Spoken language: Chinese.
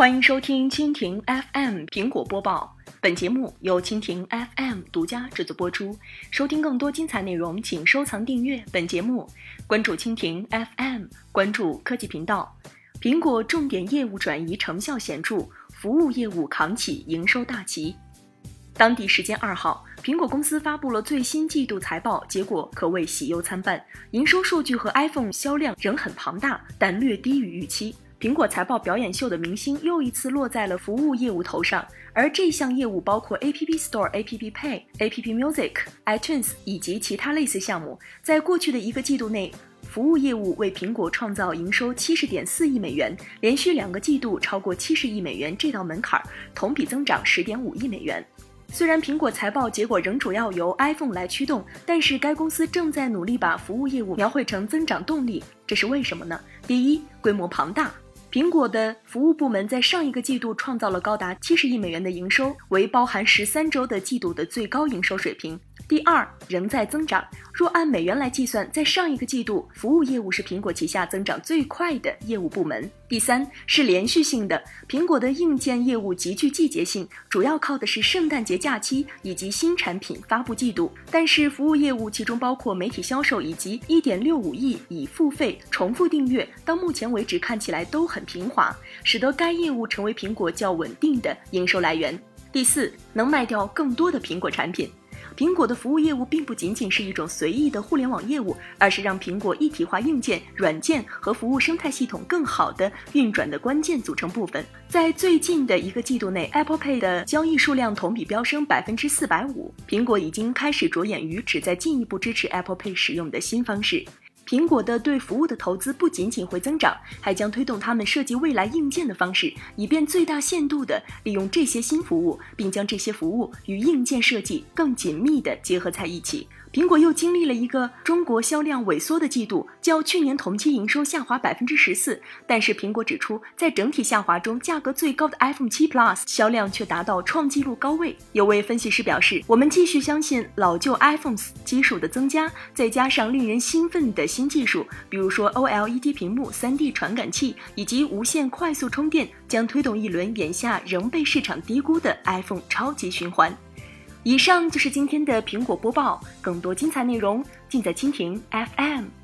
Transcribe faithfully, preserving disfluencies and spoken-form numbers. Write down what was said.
欢迎收听蜻蜓 F M 苹果播报，本节目由蜻蜓 F M 独家制作播出。收听更多精彩内容，请收藏订阅本节目，关注蜻蜓 F M， 关注科技频道。苹果重点业务转移成效显著，服务业务扛起营收大旗。当地时间二号，苹果公司发布了最新季度财报，结果可谓喜忧参半。营收数据和 iPhone 销量仍很庞大，但略低于预期。苹果财报表演秀的明星又一次落在了服务业务头上，而这项业务包括 App Store、App Pay、App Music、iTunes 以及其他类似项目。在过去的一个季度内，服务业务为苹果创造营收 七十点四亿美元，连续两个季度超过七十亿美元这道门槛，同比增长 十点五亿美元。虽然苹果财报结果仍主要由 iPhone 来驱动，但是该公司正在努力把服务业务描绘成增长动力，这是为什么呢？第一，规模庞大。苹果的服务部门在上一个季度创造了高达七十亿美元的营收，为包含十三周的季度的最高营收水平。第二，仍在增长。若按美元来计算，在上一个季度，服务业务是苹果旗下增长最快的业务部门。第三，是连续性的。苹果的硬件业务极具季节性，主要靠的是圣诞节假期以及新产品发布季度。但是服务业务其中包括媒体销售以及 一点六五亿已付费重复订阅，到目前为止看起来都很平滑，使得该业务成为苹果较稳定的营收来源。第四，能卖掉更多的苹果产品。苹果的服务业务并不仅仅是一种随意的互联网业务，而是让苹果一体化硬件、软件和服务生态系统更好的运转的关键组成部分。在最近的一个季度内 ，Apple Pay 的交易数量同比飙升 百分之四百五十，苹果已经开始着眼于旨在进一步支持 Apple Pay 使用的新方式。苹果的对服务的投资不仅仅会增长，还将推动他们设计未来硬件的方式，以便最大限度地利用这些新服务，并将这些服务与硬件设计更紧密地结合在一起。苹果又经历了一个中国销量萎缩的季度，较去年同期营收下滑 百分之十四， 但是苹果指出，在整体下滑中，价格最高的 iPhone 七 Plus 销量却达到创纪录高位。有位分析师表示，我们继续相信老旧 iPhones 基数的增加，再加上令人兴奋的新技术，比如说 O L E D 屏幕、三 D 传感器以及无线快速充电，将推动一轮眼下仍被市场低估的 iPhone 超级循环。以上就是今天的苹果播报，更多精彩内容尽在蜻蜓 F M。